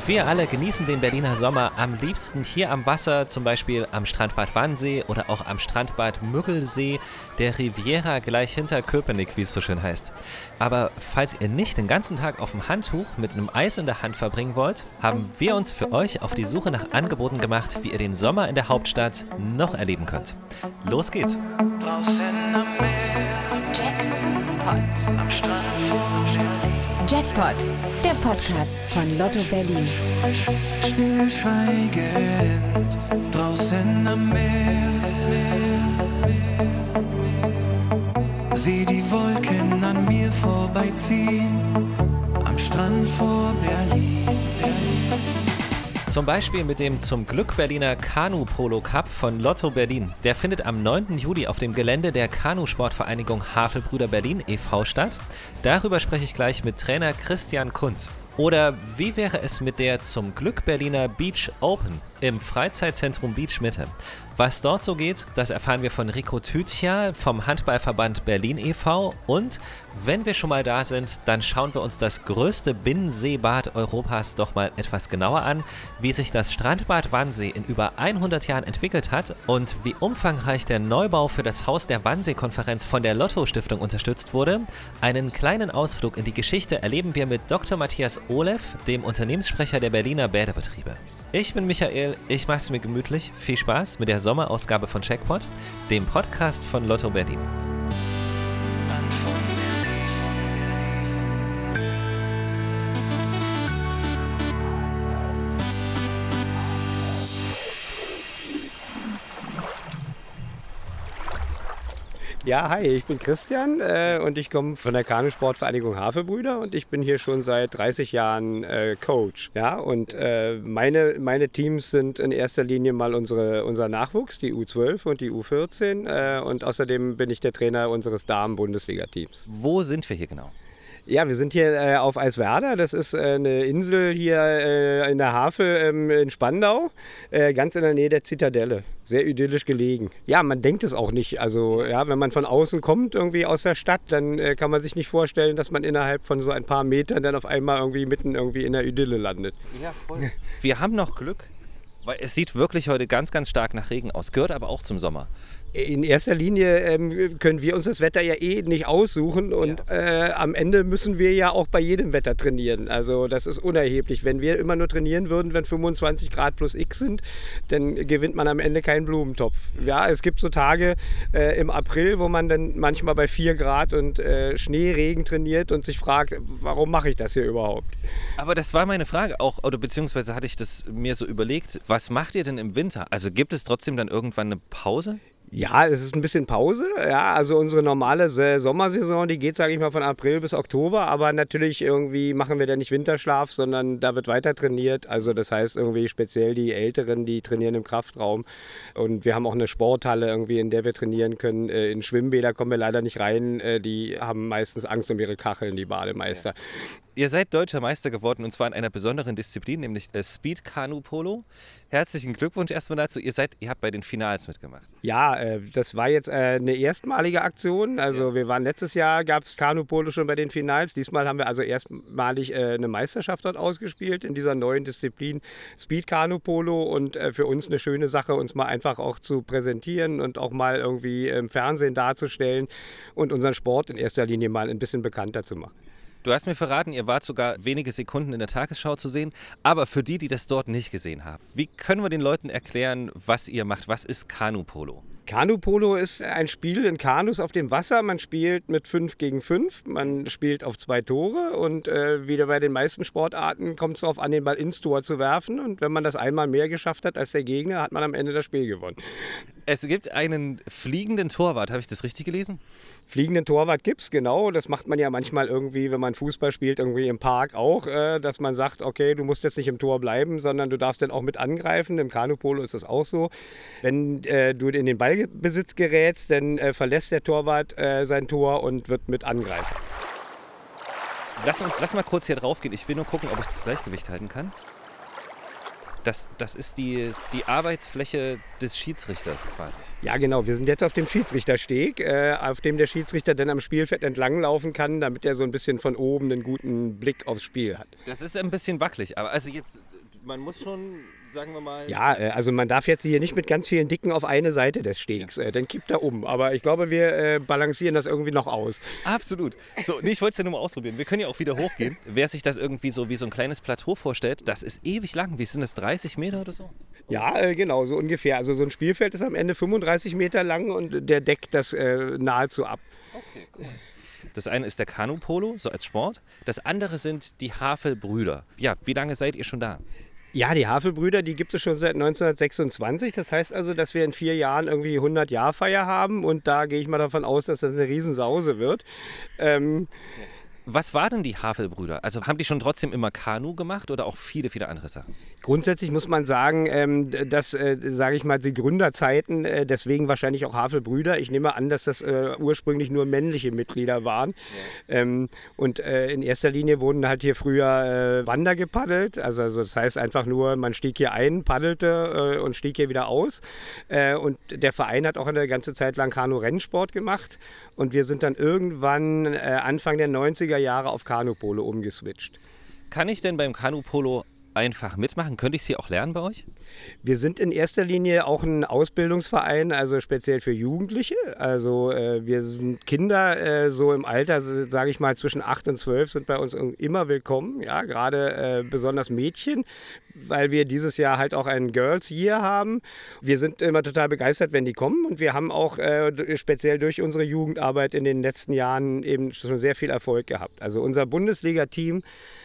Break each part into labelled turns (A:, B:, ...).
A: Wir alle genießen den Berliner Sommer am liebsten hier am Wasser, zum Beispiel am Strandbad Wannsee oder auch am Strandbad Müggelsee, der Riviera gleich hinter Köpenick, wie es so schön heißt. Aber falls ihr nicht den ganzen Tag auf dem Handtuch mit einem Eis in der Hand verbringen wollt, haben wir uns für euch auf die Suche nach Angeboten gemacht, wie ihr den Sommer in der Hauptstadt noch erleben könnt. Los geht's!
B: Draußen am Meer,
C: Jackpot.
B: am Strand vor Berlin.
C: Jackpot, der Podcast von Lotto Berlin.
B: Stillschweigend, draußen am Meer. Sieh die Wolken an mir vorbeiziehen, am Strand vor Berlin.
A: Zum Beispiel mit dem zum Glück Berliner Kanu-Polo Cup von Lotto Berlin. Der findet am 9. Juli auf dem Gelände der Kanusportvereinigung Havelbrüder Berlin e.V. statt. Darüber spreche ich gleich mit Trainer Christian Kunz. Oder wie wäre es mit der zum Glück Berliner Beach Open im Freizeitzentrum Beach Mitte? Was dort so geht, das erfahren wir von Rico Tütja vom Handballverband Berlin e.V. Und wenn wir schon mal da sind, dann schauen wir uns das größte Binnenseebad Europas doch mal etwas genauer an, wie sich das Strandbad Wannsee in über 100 Jahren entwickelt hat und wie umfangreich der Neubau für das Haus der Wannsee-Konferenz von der Lotto-Stiftung unterstützt wurde. Einen kleinen Ausflug in die Geschichte erleben wir mit Dr. Matthias Olev, dem Unternehmenssprecher der Berliner Bäderbetriebe. Ich bin Michael, ich mach's mir gemütlich. Viel Spaß mit der Sommerausgabe von Jackpot, dem Podcast von Lotto Berlin.
D: Ja, hi, ich bin Christian und ich komme von der Kanusportvereinigung Havelbrüder und ich bin hier schon seit 30 Jahren Coach. Ja, und meine Teams sind in erster Linie mal unser Nachwuchs, die U12 und die U14 und außerdem bin ich der Trainer unseres Damen-Bundesliga-Teams.
A: Wo sind wir hier genau?
D: Ja, wir sind hier auf Eiswerder. Das ist eine Insel hier in der Havel in Spandau, ganz in der Nähe der Zitadelle. Sehr idyllisch gelegen. Ja, man denkt es auch nicht. Also, ja, wenn man von außen kommt, irgendwie aus der Stadt, dann kann man sich nicht vorstellen, dass man innerhalb von so ein paar Metern dann auf einmal irgendwie mitten irgendwie in der Idylle landet.
A: Ja, voll. Wir haben noch Glück, weil es sieht wirklich heute ganz, ganz stark nach Regen aus. Gehört aber auch zum Sommer.
D: In erster Linie können wir uns das Wetter ja nicht aussuchen und am Ende müssen wir ja auch bei jedem Wetter trainieren. Also das ist unerheblich. Wenn wir immer nur trainieren würden, wenn 25 Grad plus X sind, dann gewinnt man am Ende keinen Blumentopf. Ja, es gibt so Tage im April, wo man dann manchmal bei 4 Grad und Schneeregen trainiert und sich fragt, warum mache ich das hier überhaupt?
A: Aber das war meine Frage auch, oder beziehungsweise hatte ich das mir so überlegt, was macht ihr denn im Winter? Also gibt es trotzdem dann irgendwann eine Pause?
D: Ja, es ist ein bisschen Pause. Ja, also unsere normale Sommersaison, die geht, sage ich mal, von April bis Oktober. Aber natürlich irgendwie machen wir da nicht Winterschlaf, sondern da wird weiter trainiert. Also das heißt irgendwie speziell die Älteren, die trainieren im Kraftraum. Und wir haben auch eine Sporthalle irgendwie, in der wir trainieren können. In Schwimmbäder kommen wir leider nicht rein. Die haben meistens Angst um ihre Kacheln, die Bademeister. Ja.
A: Ihr seid Deutscher Meister geworden und zwar in einer besonderen Disziplin, nämlich Speed Kanu Polo. Herzlichen Glückwunsch erstmal dazu. Ihr habt bei den Finals mitgemacht.
D: Ja, das war jetzt eine erstmalige Aktion. Also wir waren letztes Jahr, gab es Kanu Polo schon bei den Finals. Diesmal haben wir also erstmalig eine Meisterschaft dort ausgespielt in dieser neuen Disziplin Speed Kanu Polo und für uns eine schöne Sache, uns mal einfach auch zu präsentieren und auch mal irgendwie im Fernsehen darzustellen und unseren Sport in erster Linie mal ein bisschen bekannter zu machen.
A: Du hast mir verraten, ihr wart sogar wenige Sekunden in der Tagesschau zu sehen. Aber für die das dort nicht gesehen haben, wie können wir den Leuten erklären, was ihr macht? Was ist Kanu-Polo?
D: Kanu-Polo ist ein Spiel in Kanus auf dem Wasser. Man spielt mit 5 gegen 5. Man spielt auf 2 Tore und wieder bei den meisten Sportarten kommt es darauf an, den Ball ins Tor zu werfen. Und wenn man das einmal mehr geschafft hat als der Gegner, hat man am Ende das Spiel gewonnen.
A: Es gibt einen fliegenden Torwart, habe ich das richtig gelesen?
D: Fliegenden Torwart gibt's, genau. Das macht man ja manchmal irgendwie, wenn man Fußball spielt, irgendwie im Park auch, dass man sagt, okay, du musst jetzt nicht im Tor bleiben, sondern du darfst dann auch mit angreifen. Im Kanu-Polo ist das auch so. Wenn du in den Ballbesitz gerätst, dann verlässt der Torwart sein Tor und wird mit angreifen.
A: Lass mal kurz hier drauf gehen. Ich will nur gucken, ob ich das Gleichgewicht halten kann. Das ist die Arbeitsfläche des Schiedsrichters quasi.
D: Ja, genau. Wir sind jetzt auf dem Schiedsrichtersteg, auf dem der Schiedsrichter dann am Spielfeld entlanglaufen kann, damit er so ein bisschen von oben einen guten Blick aufs Spiel hat.
A: Das ist ein bisschen wackelig, aber also jetzt man muss schon, sagen wir mal...
D: Ja, also man darf jetzt hier nicht mit ganz vielen Dicken auf eine Seite des Stegs, dann kippt er um. Aber ich glaube, wir balancieren das irgendwie noch aus.
A: Absolut. So, ich wollte es ja nur mal ausprobieren. Wir können ja auch wieder hochgehen. Wer sich das irgendwie so wie so ein kleines Plateau vorstellt, das ist ewig lang. Wie sind das, 30 Meter oder so?
D: Ja, genau, so ungefähr. Also so ein Spielfeld ist am Ende 35 Meter lang und der deckt das nahezu ab.
A: Okay, cool. Das eine ist der Kanupolo, so als Sport. Das andere sind die Havelbrüder. Ja, wie lange seid ihr schon da?
D: Ja, die Havelbrüder, die gibt es schon seit 1926. Das heißt also, dass wir in 4 Jahren irgendwie 100-Jahr-Feier haben. Und da gehe ich mal davon aus, dass das eine Riesensause wird.
A: Was waren denn die Havelbrüder? Also haben die schon trotzdem immer Kanu gemacht oder auch viele, viele andere Sachen?
D: Grundsätzlich muss man sagen, dass, sage ich mal, die Gründerzeiten, deswegen wahrscheinlich auch Havelbrüder. Ich nehme an, dass das ursprünglich nur männliche Mitglieder waren. Ja. Und in erster Linie wurden halt hier früher Wander gepaddelt. Also das heißt einfach nur, man stieg hier ein, paddelte und stieg hier wieder aus. Und der Verein hat auch eine ganze Zeit lang Kanu-Rennsport gemacht. Und wir sind dann irgendwann Anfang der 90er Jahre auf Kanupolo umgeswitcht.
A: Kann ich denn beim Kanupolo einfach mitmachen? Könnte ich sie auch lernen bei euch?
D: Wir sind in erster Linie auch ein Ausbildungsverein, also speziell für Jugendliche. Also wir sind Kinder so im Alter, sage ich mal, zwischen 8 und 12 sind bei uns immer willkommen. Ja, gerade besonders Mädchen, weil wir dieses Jahr halt auch einen Girls Year haben. Wir sind immer total begeistert, wenn die kommen. Und wir haben auch speziell durch unsere Jugendarbeit in den letzten Jahren eben schon sehr viel Erfolg gehabt. Also unser Bundesliga-Team,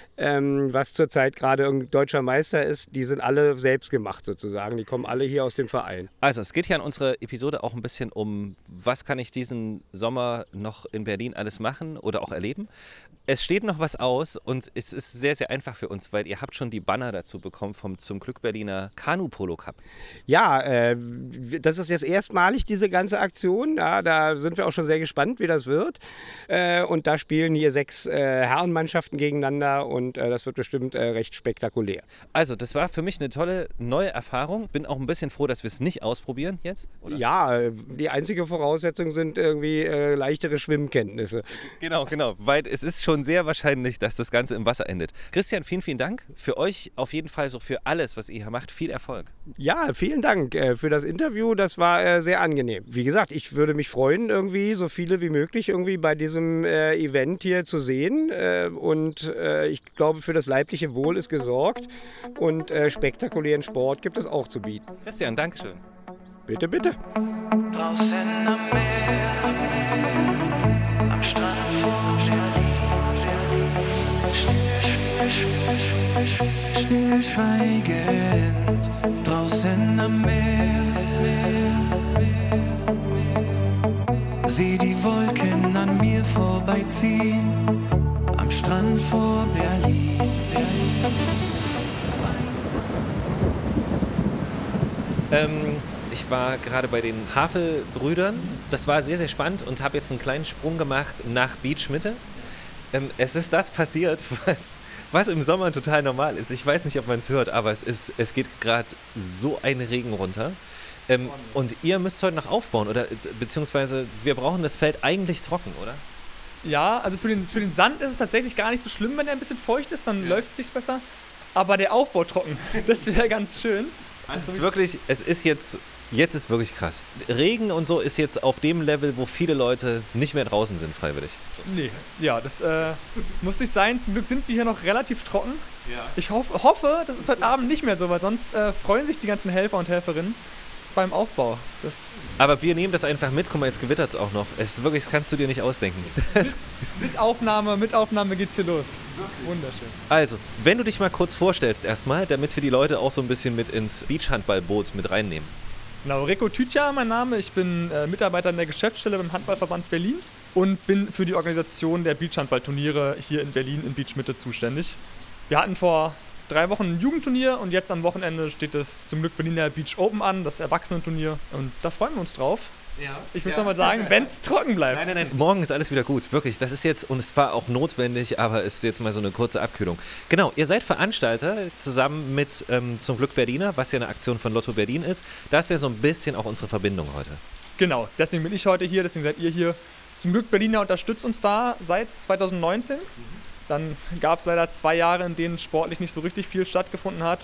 D: was zurzeit gerade ein deutscher Meister ist, die sind alle selbst gemacht sozusagen. Die kommen alle hier aus dem Verein.
A: Also es geht hier in unserer Episode auch ein bisschen um, was kann ich diesen Sommer noch in Berlin alles machen oder auch erleben. Es steht noch was aus und es ist sehr, sehr einfach für uns, weil ihr habt schon die Banner dazu bekommen vom Zum Glück Berliner Kanu-Polo Cup.
D: Ja, das ist jetzt erstmalig, diese ganze Aktion. Ja, da sind wir auch schon sehr gespannt, wie das wird. Und da spielen hier 6 Herrenmannschaften gegeneinander und das wird bestimmt recht spektakulär.
A: Also, das war für mich eine tolle neue Erfahrung. Bin auch ein bisschen froh, dass wir es nicht ausprobieren jetzt. Oder?
D: Ja, die einzige Voraussetzung sind irgendwie leichtere Schwimmkenntnisse.
A: Genau, weil es ist schon sehr wahrscheinlich, dass das Ganze im Wasser endet. Christian, vielen, vielen Dank. Für euch auf jeden Fall so für alles, was ihr hier macht. Viel Erfolg.
D: Ja, vielen Dank für das Interview. Das war sehr angenehm. Wie gesagt, ich würde mich freuen, irgendwie so viele wie möglich irgendwie bei diesem Event hier zu sehen. Und ich glaube, für das leibliche Wohl ist gesorgt. Und spektakulären Sport gibt es auch zu bieten.
A: Christian, Dankeschön.
D: Bitte, bitte.
B: Draußen am Meer, am Strand vor Berlin. Stillschweigend, draußen am Meer. Sieh die Wolken an mir vorbeiziehen, am Strand vor Berlin.
A: Ich war gerade bei den Havelbrüdern. Das war sehr, sehr spannend und habe jetzt einen kleinen Sprung gemacht nach Beachmitte. Es ist das passiert, was im Sommer total normal ist. Ich weiß nicht, ob man es hört, aber es geht gerade so ein Regen runter. Und ihr müsst heute noch aufbauen, oder beziehungsweise wir brauchen das Feld eigentlich trocken, oder?
E: Ja, also für den Sand ist es tatsächlich gar nicht so schlimm, wenn er ein bisschen feucht ist, dann läuft es sich besser. Aber der Aufbau trocken, das wäre ganz schön.
A: Also es ist wirklich, jetzt ist wirklich krass. Regen und so ist jetzt auf dem Level, wo viele Leute nicht mehr draußen sind, freiwillig.
E: Nee, ja, das muss nicht sein. Zum Glück sind wir hier noch relativ trocken.
A: Ja.
E: Ich hoffe, das ist heute Abend nicht mehr so, weil sonst freuen sich die ganzen Helfer und Helferinnen beim Aufbau.
A: Aber wir nehmen das einfach mit. Guck mal, jetzt gewittert es auch noch. Es ist wirklich, das kannst du dir nicht ausdenken.
E: Mit Aufnahme geht's hier los. Wunderschön.
A: Also, wenn du dich mal kurz vorstellst erstmal, damit wir die Leute auch so ein bisschen mit ins Beachhandballboot mit reinnehmen.
E: Genau, Rico Tütja, mein Name. Ich bin Mitarbeiter in der Geschäftsstelle beim Handballverband Berlin und bin für die Organisation der Beachhandballturniere hier in Berlin in Beachmitte zuständig. Wir hatten vor 3 Wochen ein Jugendturnier und jetzt am Wochenende steht das zum Glück Berliner Beach Open an, das Erwachsenenturnier. Und da freuen wir uns drauf. Ja. Ich muss nochmal sagen, wenn es trocken bleibt.
A: Nein. Morgen ist alles wieder gut, wirklich. Das ist jetzt, und es war auch notwendig, aber es ist jetzt mal so eine kurze Abkühlung. Genau, ihr seid Veranstalter zusammen mit Zum Glück Berliner, was ja eine Aktion von Lotto Berlin ist. Das ist ja so ein bisschen auch unsere Verbindung heute.
E: Genau, deswegen bin ich heute hier, deswegen seid ihr hier. Zum Glück Berliner unterstützt uns da seit 2019. Dann gab es leider 2 Jahre, in denen sportlich nicht so richtig viel stattgefunden hat.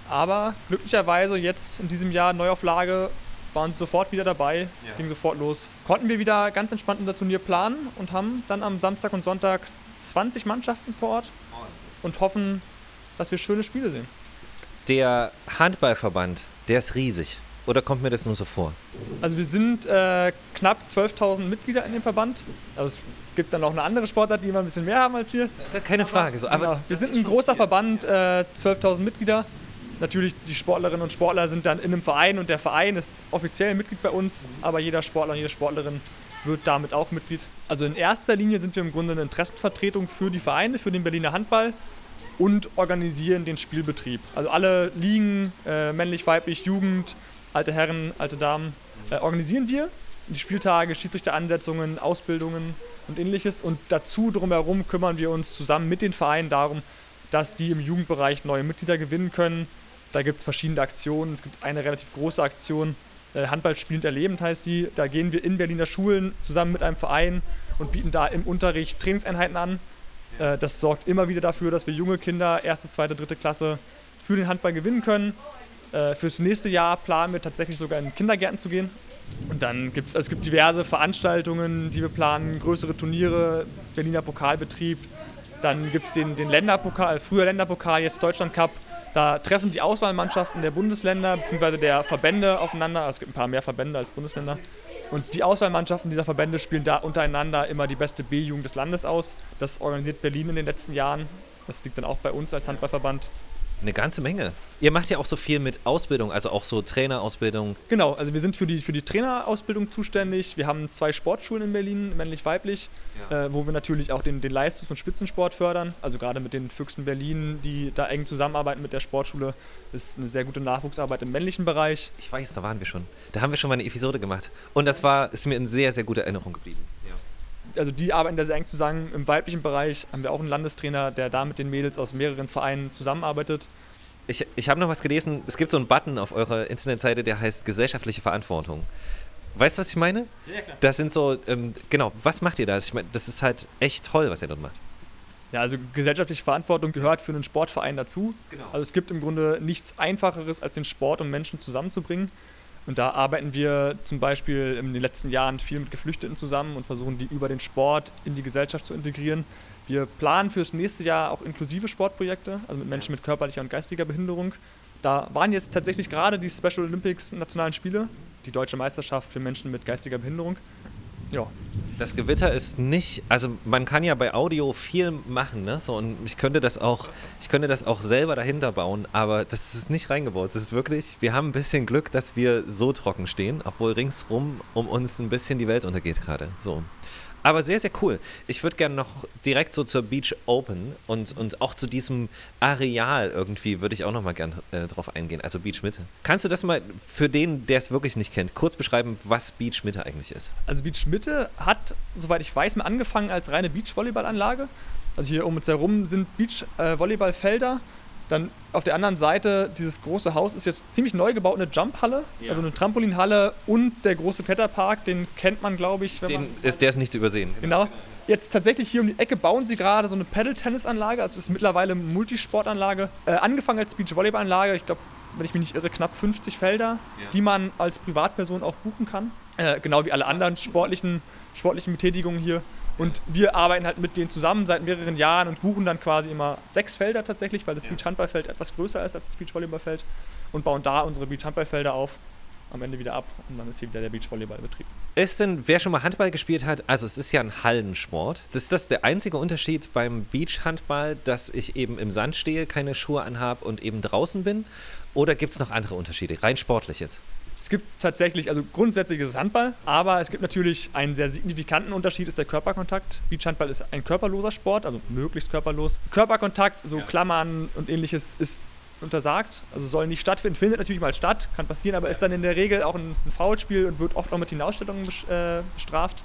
E: Aber glücklicherweise jetzt in diesem Jahr Neuauflage waren sie sofort wieder dabei. Es ging sofort los. Konnten wir wieder ganz entspannt unser Turnier planen und haben dann am Samstag und Sonntag 20 Mannschaften vor Ort und hoffen, dass wir schöne Spiele sehen.
A: Der Handballverband, der ist riesig. Oder kommt mir das nur so vor?
E: Also wir sind knapp 12.000 Mitglieder in dem Verband. Also es gibt dann noch eine andere Sportart, die immer ein bisschen mehr haben als wir.
A: Keine Frage. So, aber
E: wir sind ein großer Verband, 12.000 Mitglieder. Natürlich, die Sportlerinnen und Sportler sind dann in einem Verein und der Verein ist offiziell Mitglied bei uns, aber jeder Sportler und jede Sportlerin wird damit auch Mitglied. Also in erster Linie sind wir im Grunde eine Interessenvertretung für die Vereine, für den Berliner Handball und organisieren den Spielbetrieb. Also alle Ligen, männlich, weiblich, Jugend, alte Herren, alte Damen, organisieren wir. Die Spieltage, Schiedsrichteransetzungen, Ausbildungen und ähnliches. Und dazu drumherum kümmern wir uns zusammen mit den Vereinen darum, dass die im Jugendbereich neue Mitglieder gewinnen können. Da gibt es verschiedene Aktionen. Es gibt eine relativ große Aktion, Handball spielend erlebend heißt die. Da gehen wir in Berliner Schulen zusammen mit einem Verein und bieten da im Unterricht Trainingseinheiten an. Das sorgt immer wieder dafür, dass wir junge Kinder, 1., 2., 3. Klasse, für den Handball gewinnen können. Fürs nächste Jahr planen wir tatsächlich sogar in Kindergärten zu gehen. Und dann gibt es gibt diverse Veranstaltungen, die wir planen, größere Turniere, Berliner Pokalbetrieb. Dann gibt es den Länderpokal, früher Länderpokal, jetzt Deutschland Cup. Da treffen die Auswahlmannschaften der Bundesländer bzw. der Verbände aufeinander. Also es gibt ein paar mehr Verbände als Bundesländer. Und die Auswahlmannschaften dieser Verbände spielen da untereinander immer die beste B-Jugend des Landes aus. Das organisiert Berlin in den letzten Jahren. Das liegt dann auch bei uns als Handballverband.
A: Eine ganze Menge. Ihr macht ja auch so viel mit Ausbildung, also auch so Trainerausbildung.
E: Genau, also wir sind für die Trainerausbildung zuständig. Wir haben 2 Sportschulen in Berlin, männlich-weiblich, wo wir natürlich auch den Leistungs- und Spitzensport fördern. Also gerade mit den Füchsen Berlin, die da eng zusammenarbeiten mit der Sportschule. Das ist eine sehr gute Nachwuchsarbeit im männlichen Bereich.
A: Ich weiß, da waren wir schon. Da haben wir schon mal eine Episode gemacht. Und das ist mir in sehr, sehr guter Erinnerung geblieben. Ja.
E: Also die arbeiten da sehr eng zusammen. Im weiblichen Bereich haben wir auch einen Landestrainer, der da mit den Mädels aus mehreren Vereinen zusammenarbeitet.
A: Ich habe noch was gelesen, es gibt so einen Button auf eurer Internetseite, der heißt gesellschaftliche Verantwortung. Weißt du, was ich meine?
E: Ja, klar.
A: Das sind so, genau, was macht ihr da? Ich meine, das ist halt echt toll, was ihr dort macht.
E: Ja, also gesellschaftliche Verantwortung gehört für einen Sportverein dazu.
A: Genau.
E: Also es gibt im Grunde nichts Einfacheres, als den Sport und Menschen zusammenzubringen. Und da arbeiten wir zum Beispiel in den letzten Jahren viel mit Geflüchteten zusammen und versuchen, die über den Sport in die Gesellschaft zu integrieren. Wir planen fürs nächste Jahr auch inklusive Sportprojekte, also mit Menschen mit körperlicher und geistiger Behinderung. Da waren jetzt tatsächlich gerade die Special Olympics Nationalen Spiele, die deutsche Meisterschaft für Menschen mit geistiger Behinderung. Ja.
A: Das Gewitter ist nicht, also man kann ja bei Audio viel machen, ne? So, und ich könnte das auch selber dahinter bauen, aber das ist nicht reingebaut. Es ist wirklich, wir haben ein bisschen Glück, dass wir so trocken stehen, obwohl ringsrum um uns ein bisschen die Welt untergeht gerade. So. Aber sehr, sehr cool. Ich würde gerne noch direkt so zur Beach Open und auch zu diesem Areal irgendwie würde ich auch noch mal gerne drauf eingehen, also Beach Mitte. Kannst du das mal für den, der es wirklich nicht kennt, kurz beschreiben, was Beach Mitte eigentlich ist?
E: Also Beach Mitte hat, soweit ich weiß, mal angefangen als reine Beachvolleyballanlage. Also hier um uns herum sind Beachvolleyballfelder. Dann auf der anderen Seite, dieses große Haus ist jetzt ziemlich neu gebaut, eine Jumphalle, also eine Trampolinhalle und der große Kletterpark, den kennt man, glaube ich.
A: Der ist nicht zu übersehen.
E: Genau. Jetzt tatsächlich hier um die Ecke bauen sie gerade so eine Paddle-Tennis-Anlage, also es ist mittlerweile eine Multisportanlage. Angefangen als Beachvolleyballanlage, ich glaube, wenn ich mich nicht irre, knapp 50 Felder, die man als Privatperson auch buchen kann. Genau wie alle anderen sportlichen Betätigungen hier. Und wir arbeiten halt mit denen zusammen seit mehreren Jahren und buchen dann quasi immer 6 Felder tatsächlich, weil das Beachhandballfeld etwas größer ist als das Beachvolleyballfeld und bauen da unsere Beachhandballfelder auf, am Ende wieder ab und dann ist hier wieder der Beachvolleyballbetrieb.
A: Ist denn, wer schon mal Handball gespielt hat, also es ist ja ein Hallensport, ist das der einzige Unterschied beim Beachhandball, dass ich eben im Sand stehe, keine Schuhe anhabe und eben draußen bin? Oder gibt es noch andere Unterschiede, rein sportlich jetzt?
E: Es gibt tatsächlich, also grundsätzlich ist es Handball, aber es gibt natürlich einen sehr signifikanten Unterschied, ist der Körperkontakt. Beachhandball ist ein körperloser Sport, also möglichst körperlos. Körperkontakt, so Klammern und ähnliches ist untersagt, also soll nicht stattfinden, findet natürlich mal statt, kann passieren, aber ist dann in der Regel auch ein Foulspiel und wird oft auch mit Hinausstellungen bestraft.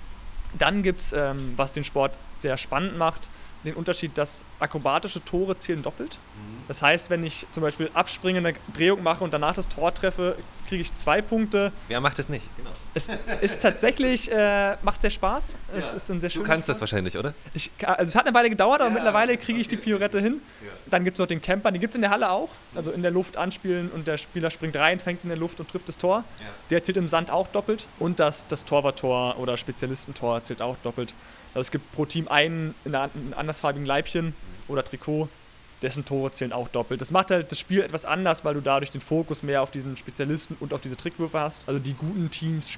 E: Dann gibt es, was den Sport sehr spannend macht, den Unterschied, dass akrobatische Tore zählen doppelt. Das heißt, wenn ich zum Beispiel abspringe, eine Drehung mache und danach das Tor treffe, kriege ich 2 Punkte.
A: Wer macht das nicht? Genau.
E: Es ist tatsächlich, macht sehr Spaß. Es ist ein sehr
A: Du kannst das wahrscheinlich, oder?
E: Also es hat eine Weile gedauert, aber mittlerweile kriege ich die Pirouette hin. Ja. Dann gibt es noch den Camper, den gibt es in der Halle auch. Also in der Luft anspielen und der Spieler springt rein, fängt in der Luft und trifft das Tor. Ja. Der zählt im Sand auch doppelt. Und das Torwarttor oder Spezialistentor zählt auch doppelt. Also es gibt pro Team einen in einem andersfarbigen Leibchen oder Trikot. Dessen Tore zählen auch doppelt. Das macht halt das Spiel etwas anders, weil du dadurch den Fokus mehr auf diesen Spezialisten und auf diese Trickwürfe hast. Also die guten Teams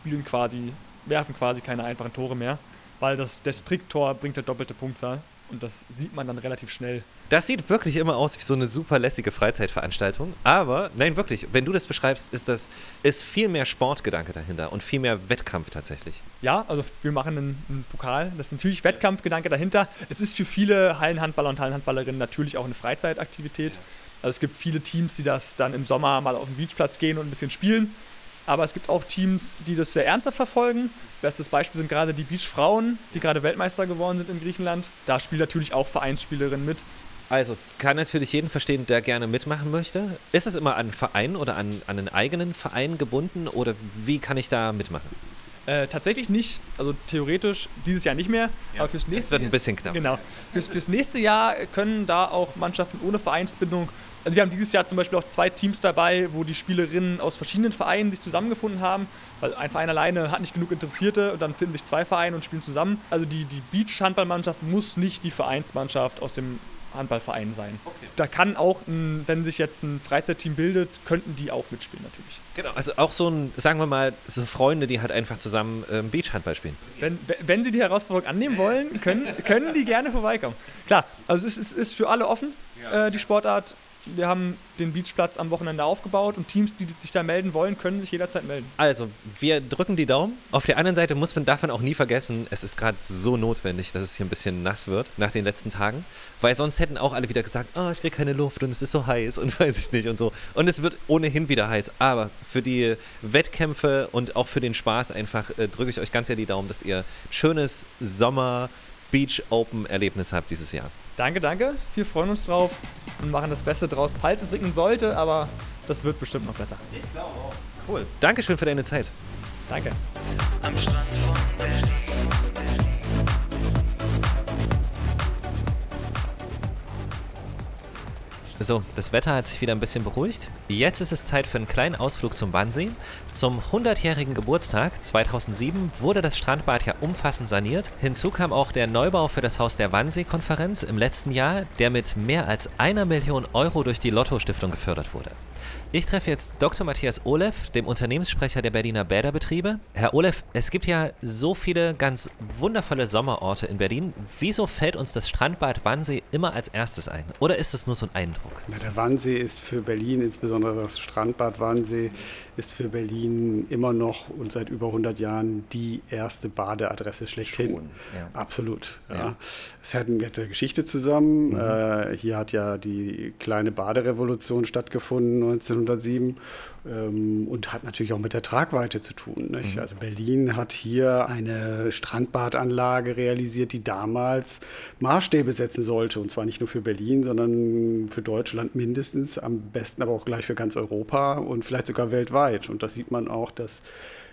E: werfen quasi keine einfachen Tore mehr, weil das Tricktor bringt eine doppelte Punktzahl. Und das sieht man dann relativ schnell.
A: Das sieht wirklich immer aus wie so eine super lässige Freizeitveranstaltung. Aber, nein, wirklich, wenn du das beschreibst, ist viel mehr Sportgedanke dahinter und viel mehr Wettkampf tatsächlich.
E: Ja, also wir machen einen Pokal. Das ist natürlich Wettkampfgedanke dahinter. Es ist für viele Hallenhandballer und Hallenhandballerinnen natürlich auch eine Freizeitaktivität. Also es gibt viele Teams, die das dann im Sommer mal auf den Beachplatz gehen und ein bisschen spielen. Aber es gibt auch Teams, die das sehr ernsthaft verfolgen. Bestes Beispiel sind gerade die Beachfrauen, die gerade Weltmeister geworden sind in Griechenland. Da spielen natürlich auch Vereinsspielerinnen mit.
A: Also, kann natürlich jeden verstehen, der gerne mitmachen möchte. Ist es immer an einen Verein oder an einen eigenen Verein gebunden oder wie kann ich da mitmachen?
E: Tatsächlich nicht, also theoretisch dieses Jahr nicht mehr, aber fürs nächste Jahr.
A: Es wird ein bisschen knapp.
E: Genau. Fürs nächste Jahr können da auch Mannschaften ohne Vereinsbindung. Also wir haben dieses Jahr zum Beispiel auch 2 Teams dabei, wo die Spielerinnen aus verschiedenen Vereinen sich zusammengefunden haben, weil ein Verein alleine hat nicht genug Interessierte und dann finden sich 2 Vereine und spielen zusammen. Also die Beach-Handballmannschaft muss nicht die Vereinsmannschaft aus dem Handballverein sein. Okay. Da kann auch, wenn sich jetzt ein Freizeitteam bildet, könnten die auch mitspielen natürlich.
A: Genau, also auch so sagen wir mal, so Freunde, die halt einfach zusammen Beachhandball spielen.
E: Wenn sie die Herausforderung annehmen wollen, können die gerne vorbeikommen. Klar, also es ist für alle offen, die Sportart. Wir haben den Beachplatz am Wochenende aufgebaut und Teams, die sich da melden wollen, können sich jederzeit melden.
A: Also, wir drücken die Daumen. Auf der anderen Seite darf man auch nie vergessen, es ist gerade so notwendig, dass es hier ein bisschen nass wird nach den letzten Tagen, weil sonst hätten auch alle wieder gesagt, ich kriege keine Luft und es ist so heiß und weiß ich nicht und so. Und es wird ohnehin wieder heiß, aber für die Wettkämpfe und auch für den Spaß einfach drücke ich euch ganz sehr die Daumen, dass ihr ein schönes Sommer-Beach-Open-Erlebnis habt dieses Jahr.
E: Danke. Wir freuen uns drauf und machen das Beste draus, falls es regnen sollte, aber das wird bestimmt noch besser.
A: Ich glaube auch. Cool. Dankeschön für deine Zeit.
E: Danke.
B: Am Strand von Berlin.
A: So, das Wetter hat sich wieder ein bisschen beruhigt. Jetzt ist es Zeit für einen kleinen Ausflug zum Wannsee. Zum 100-jährigen Geburtstag 2007 wurde das Strandbad ja umfassend saniert. Hinzu kam auch der Neubau für das Haus der Wannsee-Konferenz im letzten Jahr, der mit mehr als 1 Million Euro durch die Lotto-Stiftung gefördert wurde. Ich treffe jetzt Dr. Matthias Ohleff, dem Unternehmenssprecher der Berliner Bäderbetriebe. Herr Ohleff, es gibt ja so viele ganz wundervolle Sommerorte in Berlin. Wieso fällt uns das Strandbad Wannsee immer als erstes ein? Oder ist es nur so ein Eindruck?
F: Na, der Wannsee ist für Berlin, insbesondere das Strandbad Wannsee, ist für Berlin immer noch und seit über 100 Jahren die erste Badeadresse schlechthin.
A: Schon, ja.
F: Absolut. Ja. Es hat eine Geschichte zusammen. Hier hat ja die kleine Baderevolution stattgefunden 1907 und hat natürlich auch mit der Tragweite zu tun. Nicht? Also Berlin hat hier eine Strandbadanlage realisiert, die damals Maßstäbe setzen sollte. Und zwar nicht nur für Berlin, sondern für Deutschland mindestens, am besten aber auch gleich für ganz Europa und vielleicht sogar weltweit. Und das sieht man auch, dass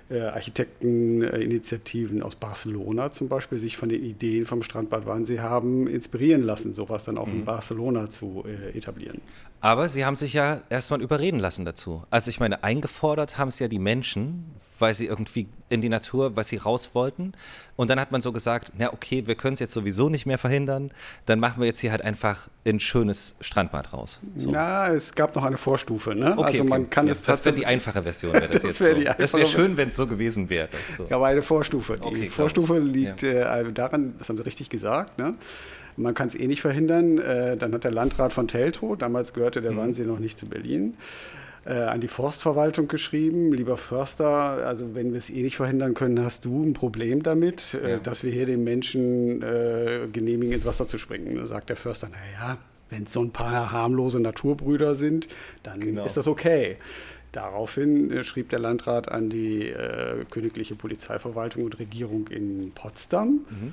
F: Architekteninitiativen aus Barcelona zum Beispiel sich von den Ideen vom Strandbad Wannsee haben inspirieren lassen, sowas dann auch in Barcelona zu etablieren.
A: Aber sie haben sich ja erstmal überreden lassen dazu. Also ich meine, eingefordert haben es ja die Menschen, weil sie irgendwie in die Natur, weil sie raus wollten. Und dann hat man so gesagt, na okay, wir können es jetzt sowieso nicht mehr verhindern, dann machen wir jetzt hier halt einfach ein schönes Strandbad raus. So.
F: Na, es gab noch eine Vorstufe. Ne?
A: Okay,
F: also man kann es
A: das wäre die einfache Version. Wäre das jetzt so. Das wäre schön, wenn es so gewesen wäre. So.
F: Aber eine Vorstufe. Die
A: Okay,
F: Vorstufe liegt daran, das haben Sie richtig gesagt, ne? Man kann es eh nicht verhindern. Dann hat der Landrat von Teltow, damals gehörte der Wannsee noch nicht zu Berlin, an die Forstverwaltung geschrieben, lieber Förster, also wenn wir es eh nicht verhindern können, hast du ein Problem damit, dass wir hier den Menschen genehmigen, ins Wasser zu springen. Da sagt der Förster, naja, wenn es so ein paar harmlose Naturbrüder sind, dann ist das okay. Daraufhin schrieb der Landrat an die königliche Polizeiverwaltung und Regierung in Potsdam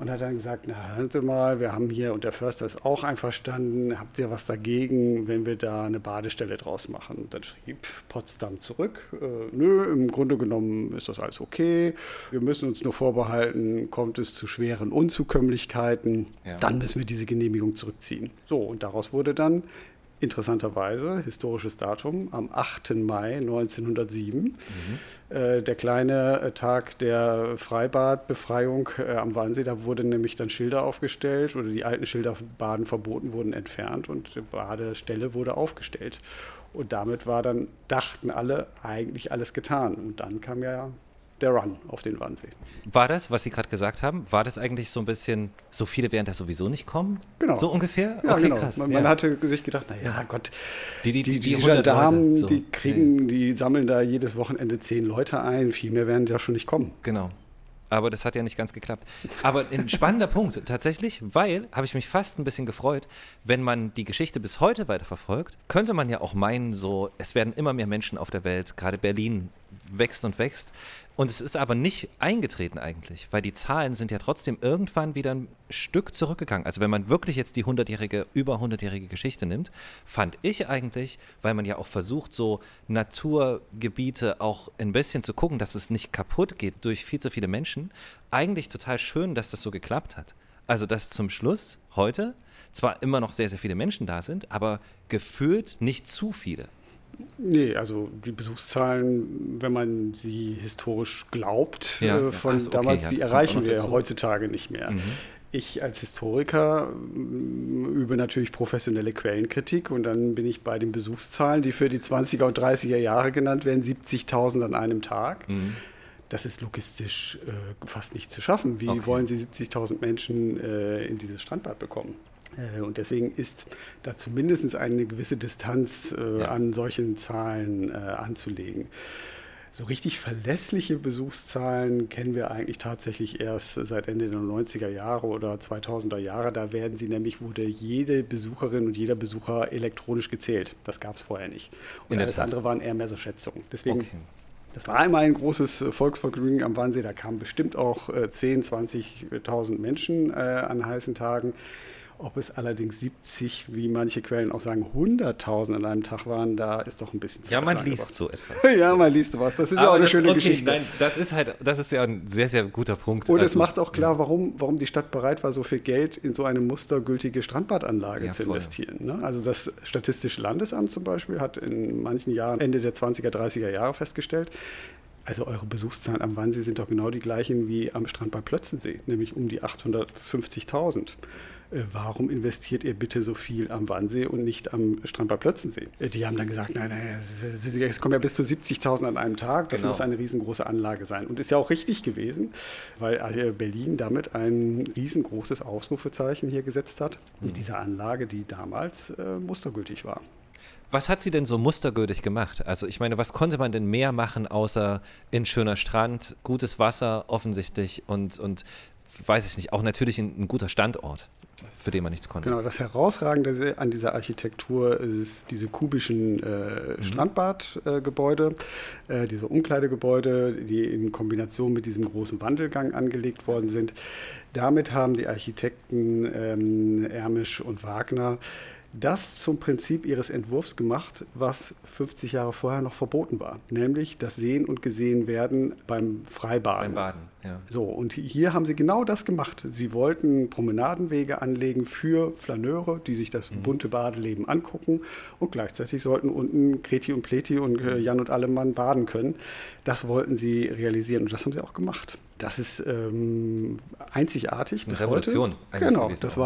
F: und hat dann gesagt, na hören Sie mal, wir haben hier, und der Förster ist auch einverstanden, habt ihr was dagegen, wenn wir da eine Badestelle draus machen? Und dann schrieb Potsdam zurück, nö, im Grunde genommen ist das alles okay, wir müssen uns nur vorbehalten, kommt es zu schweren Unzukömmlichkeiten, dann müssen wir diese Genehmigung zurückziehen. So, und daraus wurde dann interessanterweise, historisches Datum, am 8. Mai 1907, der kleine Tag der Freibadbefreiung am Wannsee. Da wurden nämlich dann Schilder aufgestellt oder die alten Schilder, Baden verboten, wurden entfernt und die Badestelle wurde aufgestellt. Und damit war dann, dachten alle, eigentlich alles getan. Und dann kam ja der Run auf den Wannsee.
A: War das, was Sie gerade gesagt haben, war das eigentlich so ein bisschen, so viele werden da sowieso nicht kommen?
F: Genau.
A: So ungefähr?
F: Ja,
A: okay,
F: genau.
A: Krass.
F: Man hatte sich gedacht, naja, Gott, die
A: 100
F: Gendarmen,
A: Leute, so.
F: die sammeln da jedes Wochenende 10 Leute ein, viel mehr werden ja schon nicht kommen.
A: Genau. Aber das hat ja nicht ganz geklappt. Aber ein spannender Punkt tatsächlich, weil, habe ich mich fast ein bisschen gefreut, wenn man die Geschichte bis heute weiterverfolgt, könnte man ja auch meinen, so, es werden immer mehr Menschen auf der Welt, gerade Berlin wächst und wächst. Und es ist aber nicht eingetreten eigentlich, weil die Zahlen sind ja trotzdem irgendwann wieder ein Stück zurückgegangen. Also wenn man wirklich jetzt die über 100-jährige Geschichte nimmt, fand ich eigentlich, weil man ja auch versucht, so Naturgebiete auch ein bisschen zu gucken, dass es nicht kaputt geht durch viel zu viele Menschen, eigentlich total schön, dass das so geklappt hat. Also dass zum Schluss heute zwar immer noch sehr, sehr viele Menschen da sind, aber gefühlt nicht zu viele.
F: Nee, also die Besuchszahlen, wenn man sie historisch glaubt, von
A: okay,
F: damals, die erreichen wir
A: dazu.
F: heutzutage nicht mehr. Ich als Historiker übe natürlich professionelle Quellenkritik und dann bin ich bei den Besuchszahlen, die für die 20er und 30er Jahre genannt werden, 70.000 an einem Tag. Das ist logistisch fast nicht zu schaffen. Wie wollen Sie 70.000 Menschen in dieses Strandbad bekommen? Und deswegen ist da zumindest eine gewisse Distanz an solchen Zahlen anzulegen. So richtig verlässliche Besuchszahlen kennen wir eigentlich tatsächlich erst seit Ende der 90er Jahre oder 2000er Jahre. Da wurde jede Besucherin und jeder Besucher elektronisch gezählt. Das gab es vorher nicht. Und alles andere waren eher mehr so Schätzungen. Deswegen, das war einmal ein großes Volksvergnügen am Wannsee. Da kamen bestimmt auch 10.000, 20.000 Menschen an heißen Tagen. Ob es allerdings 70, wie manche Quellen auch sagen, 100.000 an einem Tag waren, da ist doch ein bisschen zu.
A: Ja, man liest so etwas.
F: Ja, man liest sowas. Das ist ja auch eine schöne Geschichte.
A: Nein, das ist ja ein sehr, sehr guter Punkt.
F: Und es macht auch klar, warum die Stadt bereit war, so viel Geld in so eine mustergültige Strandbadanlage zu investieren. Ne? Also das Statistische Landesamt zum Beispiel hat in manchen Jahren, Ende der 20er, 30er Jahre festgestellt, also eure Besuchszahlen am Wannsee sind doch genau die gleichen wie am Strandbad Plötzensee, nämlich um die 850.000. Warum investiert ihr bitte so viel am Wannsee und nicht am Strandbad Plötzensee? Die haben dann gesagt, nein, es kommen ja bis zu 70.000 an einem Tag, das muss eine riesengroße Anlage sein. Und ist ja auch richtig gewesen, weil Berlin damit ein riesengroßes Ausrufezeichen hier gesetzt hat mit dieser Anlage, die damals mustergültig war.
A: Was hat sie denn so mustergültig gemacht? Also ich meine, was konnte man denn mehr machen, außer ein schöner Strand, gutes Wasser offensichtlich und weiß ich nicht, auch natürlich ein guter Standort, für den man nichts konnte.
F: Genau, das Herausragende an dieser Architektur ist diese kubischen Strandbadgebäude, diese Umkleidegebäude, die in Kombination mit diesem großen Wandelgang angelegt worden sind. Damit haben die Architekten Ermisch und Wagner das zum Prinzip ihres Entwurfs gemacht, was 50 Jahre vorher noch verboten war, nämlich das Sehen und Gesehen werden beim Freibaden.
A: Beim Baden, ja.
F: So, und hier haben sie genau das gemacht. Sie wollten Promenadenwege anlegen für Flaneure, die sich das bunte Badeleben angucken und gleichzeitig sollten unten Kreti und Pleti und Jan und Allemann baden können. Das wollten sie realisieren und das haben sie auch gemacht. Das ist einzigartig.
A: Eine Revolution.
F: Genau,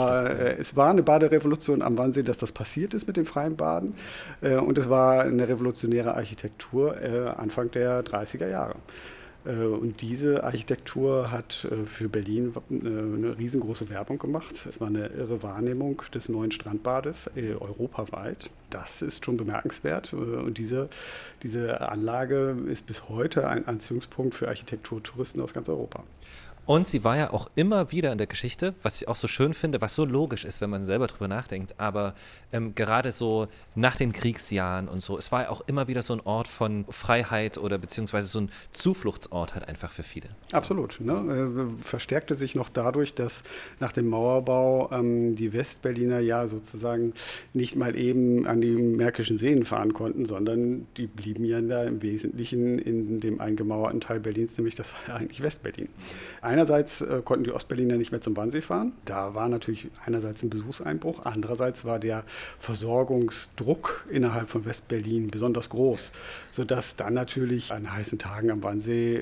F: es war eine Baderevolution am Wannsee, dass das passiert ist mit dem freien Baden. Und es war eine revolutionäre Architektur Anfang der 30er Jahre. Und diese Architektur hat für Berlin eine riesengroße Werbung gemacht. Es war eine irre Wahrnehmung des neuen Strandbades europaweit. Das ist schon bemerkenswert. Und diese Anlage ist bis heute ein Anziehungspunkt für Architekturtouristen aus ganz Europa.
A: Und sie war ja auch immer wieder in der Geschichte, was ich auch so schön finde, was so logisch ist, wenn man selber drüber nachdenkt, aber gerade so nach den Kriegsjahren und so, es war ja auch immer wieder so ein Ort von Freiheit oder beziehungsweise so ein Zufluchtsort halt einfach für viele.
F: Absolut. Ne? Verstärkte sich noch dadurch, dass nach dem Mauerbau die Westberliner ja sozusagen nicht mal eben an die Märkischen Seen fahren konnten, sondern die blieben ja da im Wesentlichen in dem eingemauerten Teil Berlins, nämlich das war ja eigentlich Westberlin. Einerseits konnten die Ostberliner nicht mehr zum Wannsee fahren. Da war natürlich einerseits ein Besuchseinbruch, andererseits war der Versorgungsdruck innerhalb von Westberlin besonders groß, sodass dann natürlich an heißen Tagen am Wannsee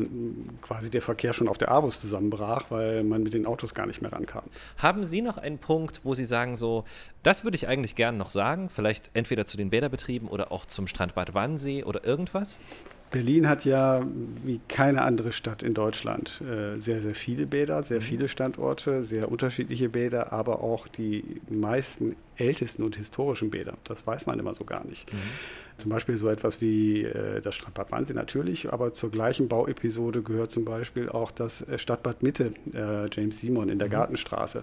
F: quasi der Verkehr schon auf der Avus zusammenbrach, weil man mit den Autos gar nicht mehr rankam.
A: Haben Sie noch einen Punkt, wo Sie sagen so, das würde ich eigentlich gerne noch sagen, vielleicht entweder zu den Bäderbetrieben oder auch zum Strandbad Wannsee oder irgendwas?
F: Berlin hat ja wie keine andere Stadt in Deutschland sehr, sehr viele Bäder, sehr viele Standorte, sehr unterschiedliche Bäder, aber auch die meisten ältesten und historischen Bäder. Das weiß man immer so gar nicht. Zum Beispiel so etwas wie das Stadtbad Wannsee natürlich, aber zur gleichen Bauepisode gehört zum Beispiel auch das Stadtbad Mitte, James Simon in der Gartenstraße.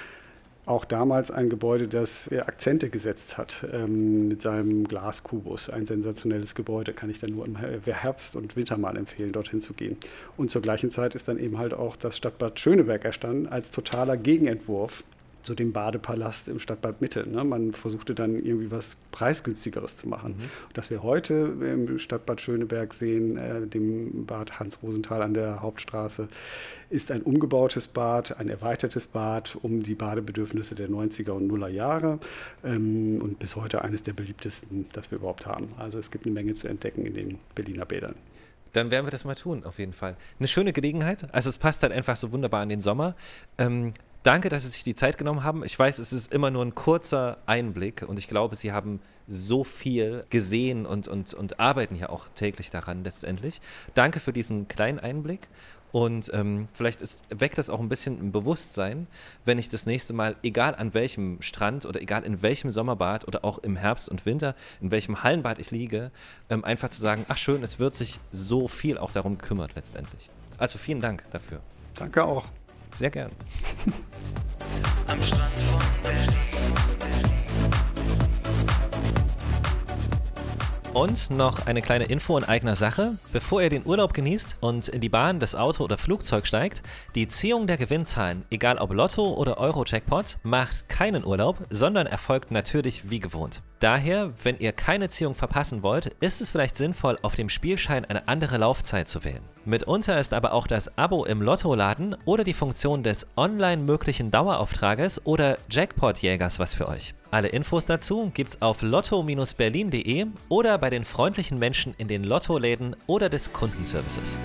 F: Auch damals ein Gebäude, das Akzente gesetzt hat mit seinem Glaskubus. Ein sensationelles Gebäude, kann ich dann nur im Herbst und Winter mal empfehlen, dorthin zu gehen. Und zur gleichen Zeit ist dann eben halt auch das Stadtbad Schöneberg entstanden als totaler Gegenentwurf zu dem Badepalast im Stadtbad Mitte. Ne? Man versuchte dann irgendwie was Preisgünstigeres zu machen. Das wir heute im Stadtbad Schöneberg sehen, dem Bad Hans Rosenthal an der Hauptstraße, ist ein umgebautes Bad, ein erweitertes Bad um die Badebedürfnisse der 90er und 0er Jahre und bis heute eines der beliebtesten, das wir überhaupt haben. Also es gibt eine Menge zu entdecken in den Berliner Bädern.
A: Dann werden wir das mal tun, auf jeden Fall. Eine schöne Gelegenheit. Also es passt halt einfach so wunderbar in den Sommer. Danke, dass Sie sich die Zeit genommen haben. Ich weiß, es ist immer nur ein kurzer Einblick und ich glaube, Sie haben so viel gesehen und arbeiten ja auch täglich daran letztendlich. Danke für diesen kleinen Einblick und vielleicht weckt das auch ein bisschen ein Bewusstsein, wenn ich das nächste Mal, egal an welchem Strand oder egal in welchem Sommerbad oder auch im Herbst und Winter, in welchem Hallenbad ich liege, einfach zu sagen, ach schön, es wird sich so viel auch darum gekümmert letztendlich. Also vielen Dank dafür.
F: Danke auch.
A: Sehr gern.
B: Am Strand von Berlin.
A: Und noch eine kleine Info in eigener Sache. Bevor ihr den Urlaub genießt und in die Bahn, das Auto oder Flugzeug steigt, die Ziehung der Gewinnzahlen, egal ob Lotto oder Euro-Jackpot, macht keinen Urlaub, sondern erfolgt natürlich wie gewohnt. Daher, wenn ihr keine Ziehung verpassen wollt, ist es vielleicht sinnvoll, auf dem Spielschein eine andere Laufzeit zu wählen. Mitunter ist aber auch das Abo im Lottoladen oder die Funktion des online möglichen Dauerauftrages oder Jackpot-Jägers was für euch. Alle Infos dazu gibt's auf lotto-berlin.de oder bei den freundlichen Menschen in den Lottoläden oder des Kundenservices.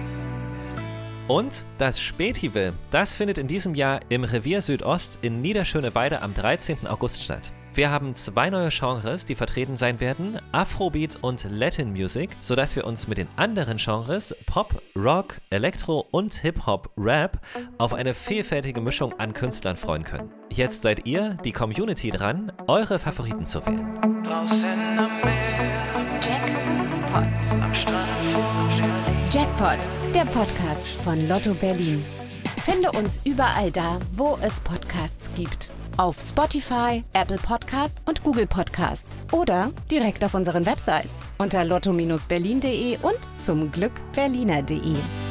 A: Und das Spätival, das findet in diesem Jahr im Revier Südost in Niederschöneweide am 13. August statt. Wir haben 2 neue Genres, die vertreten sein werden, Afrobeat und Latin Music, sodass wir uns mit den anderen Genres Pop, Rock, Elektro und Hip-Hop, Rap auf eine vielfältige Mischung an Künstlern freuen können. Jetzt seid ihr, die Community, dran, eure Favoriten zu wählen.
B: Draußen am Meer,
C: Jackpot.
B: am Strand von Berlin.
C: Jackpot, der Podcast von Lotto Berlin. Finde uns überall da, wo es Podcasts gibt. Auf Spotify, Apple Podcast und Google Podcast. Oder direkt auf unseren Websites unter lotto-berlin.de und zum Glück berliner.de.